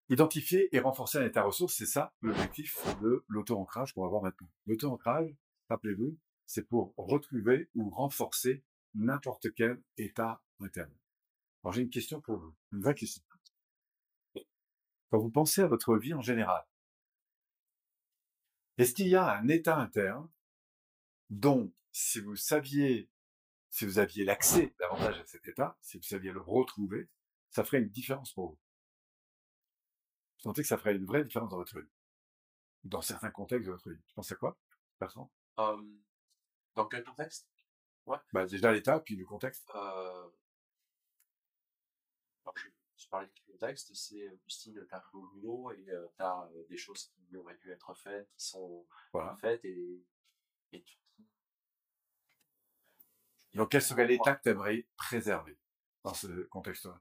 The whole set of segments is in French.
Identifier et renforcer un état ressource, c'est ça l'objectif de l'auto-ancrage qu'on va voir maintenant. L'auto-ancrage, rappelez-vous, c'est pour retrouver ou renforcer n'importe quel état interne. Alors j'ai une question pour vous, une vraie question. Quand vous pensez à votre vie en général, est-ce qu'il y a un état interne dont, si vous aviez l'accès davantage à cet état, si vous saviez le retrouver, ça ferait une différence pour vous? Vous sentez que ça ferait une vraie différence dans votre vie? Dans certains contextes de votre vie. Tu penses à quoi, Bertrand? Dans quel contexte? Ouais. Bah, déjà l'état, puis le contexte. Alors, je parlais du contexte, c'est Augustine, t'as au boulot et t'as des choses qui auraient dû être faites, qui sont faites et tu Donc, quel serait l'état que tu aimerais préserver dans ce contexte-là?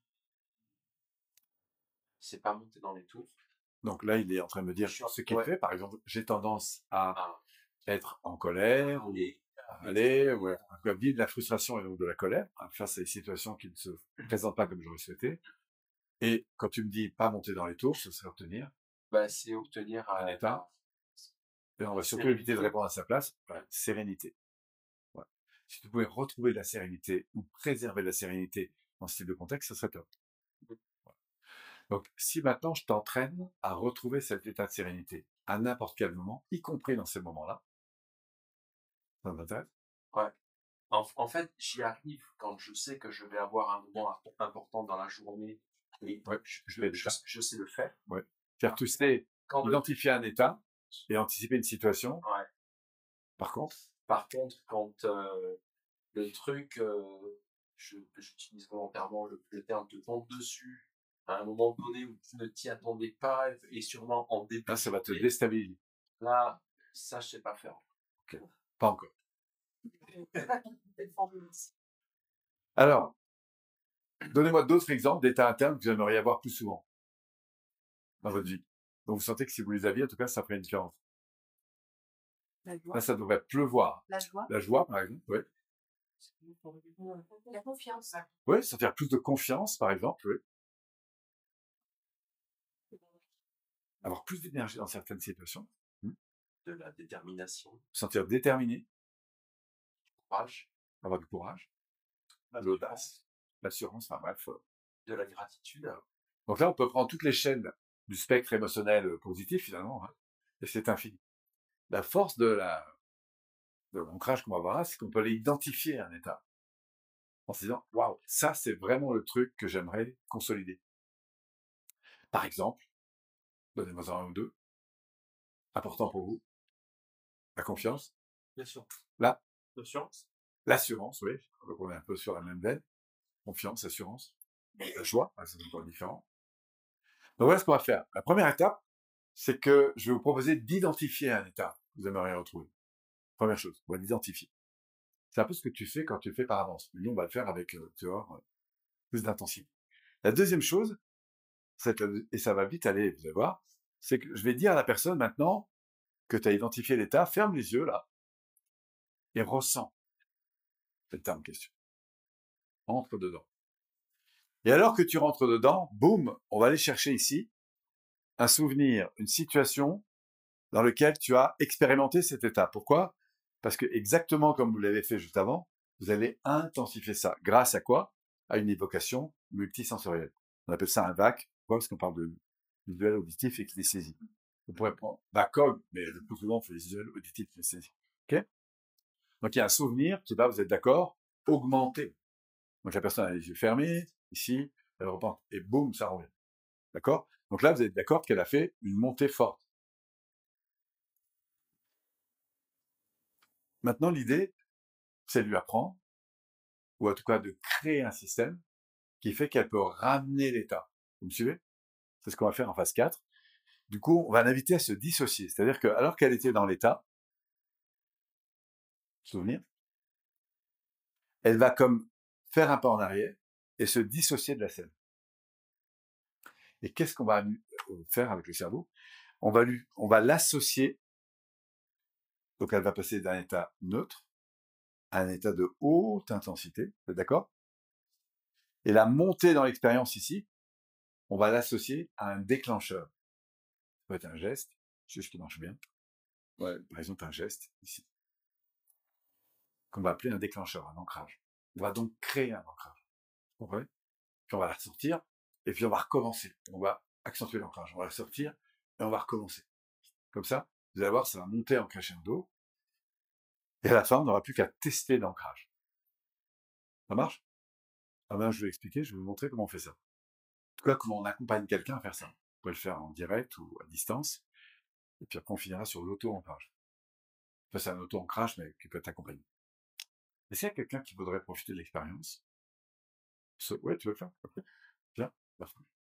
C'est pas monter dans les tours. Donc là, il est en train de me dire ce qu'il fait. Par exemple, j'ai tendance à être en colère, ou à vivre de la frustration et donc de la colère face à des situations qui ne se présentent pas comme j'aurais souhaité. Et quand tu me dis pas monter dans les tours, ce serait obtenir c'est obtenir un état. Et on va surtout éviter de répondre à sa place. Sérénité. Ouais. Si tu pouvais retrouver de la sérénité ou préserver de la sérénité dans ce type de contexte, ce serait top. Donc, si maintenant je t'entraîne à retrouver cet état de sérénité à n'importe quel moment, y compris dans ces moments-là, ça t'intéresse? Ouais. En fait, j'y arrive quand je sais que je vais avoir un moment important dans la journée. Et je sais le faire. Ouais. C'est-à-dire, tu sais identifier un état et anticiper une situation. Ouais. Par contre, quand le truc, j'utilise volontairement le terme te tombe dessus à un moment donné où tu ne t'y attendais pas et sûrement en début. Là, ça va te déstabiliser. Là, ça, je sais pas faire. Okay. Pas encore. Alors, donnez-moi d'autres exemples d'états internes que vous aimeriez avoir plus souvent dans votre vie. Donc, vous sentez que si vous les aviez, en tout cas, ça ferait une différence. La joie. Là, ça devrait pleuvoir. La joie. La joie, par exemple, oui. La confiance. Oui, sentir plus de confiance, par exemple, oui. Avoir plus d'énergie dans certaines situations. De la détermination. Sentir déterminé. Courage. Avoir du courage. L'audace. L'assurance, enfin bref. De la gratitude. Donc là, on peut prendre toutes les chaînes du spectre émotionnel positif, finalement, et c'est infini. La force de l'ancrage qu'on va avoir là, c'est qu'on peut aller identifier un état en se disant, waouh, ça, c'est vraiment le truc que j'aimerais consolider. Par exemple, donnez-moi un ou deux. Important pour vous. La confiance. Bien sûr. L'assurance. L'assurance, oui. Donc on est un peu sur la même veine. Confiance, assurance. La joie, c'est encore différent. Donc voilà ce qu'on va faire. La première étape, c'est que je vais vous proposer d'identifier un état que vous aimeriez retrouver. Première chose, on va l'identifier. C'est un peu ce que tu fais quand tu le fais par avance. Mais nous, on va le faire avec, plus d'intensité. La deuxième chose, et ça va vite aller, vous allez voir, c'est que je vais dire à la personne maintenant que tu as identifié l'état, ferme les yeux là, et ressens l'état en question. Entre dedans. Et alors que tu rentres dedans, boum, on va aller chercher ici un souvenir, une situation dans laquelle tu as expérimenté cet état. Pourquoi? Parce que exactement comme vous l'avez fait juste avant, vous allez intensifier ça. Grâce à quoi? À une évocation multisensorielle. On appelle ça un VAC. Pourquoi? Parce qu'on parle de visuel, auditif et kinesthésie. On pourrait prendre VACOG, mais le plus souvent on fait visuel, auditif, kinesthésie. Ok? Donc il y a un souvenir qui va, vous êtes d'accord, augmenter. Donc la personne a les yeux fermés, ici, elle repart, et boum, ça revient. D'accord? Donc là, vous êtes d'accord qu'elle a fait une montée forte. Maintenant, l'idée, c'est de lui apprendre, ou en tout cas de créer un système qui fait qu'elle peut ramener l'état. Vous me suivez? C'est ce qu'on va faire en phase 4. Du coup, on va l'inviter à se dissocier. C'est-à-dire que, alors qu'elle était dans l'état, souvenir, elle va comme faire un pas en arrière et se dissocier de la scène. Et qu'est-ce qu'on va faire avec le cerveau? On va l'associer. Donc, elle va passer d'un état neutre à un état de haute intensité. Vous êtes d'accord? Et la montée dans l'expérience ici, on va l'associer à un déclencheur. Ça peut être un geste, c'est ce qui marche bien. Ouais, par exemple, un geste, ici, qu'on va appeler un déclencheur, un ancrage. On va donc créer un ancrage. Vous comprenez? Puis on va la ressortir, et puis on va recommencer. On va accentuer l'ancrage. On va la sortir, et on va recommencer. Comme ça, vous allez voir, ça va monter en crescendo, et à la fin, on n'aura plus qu'à tester l'ancrage. Ça marche? Ah ben, je vais expliquer, je vais vous montrer comment on fait ça. En tout cas, comment on accompagne quelqu'un à faire ça. Vous pouvez le faire en direct ou à distance, et puis après, on finira sur l'auto-ancrage. Enfin, c'est un auto-ancrage, mais qui peut être accompagné. Est-ce qu'il y a quelqu'un qui voudrait profiter de l'expérience? Ouais, tu veux le faire? Ok. Bien, parfait.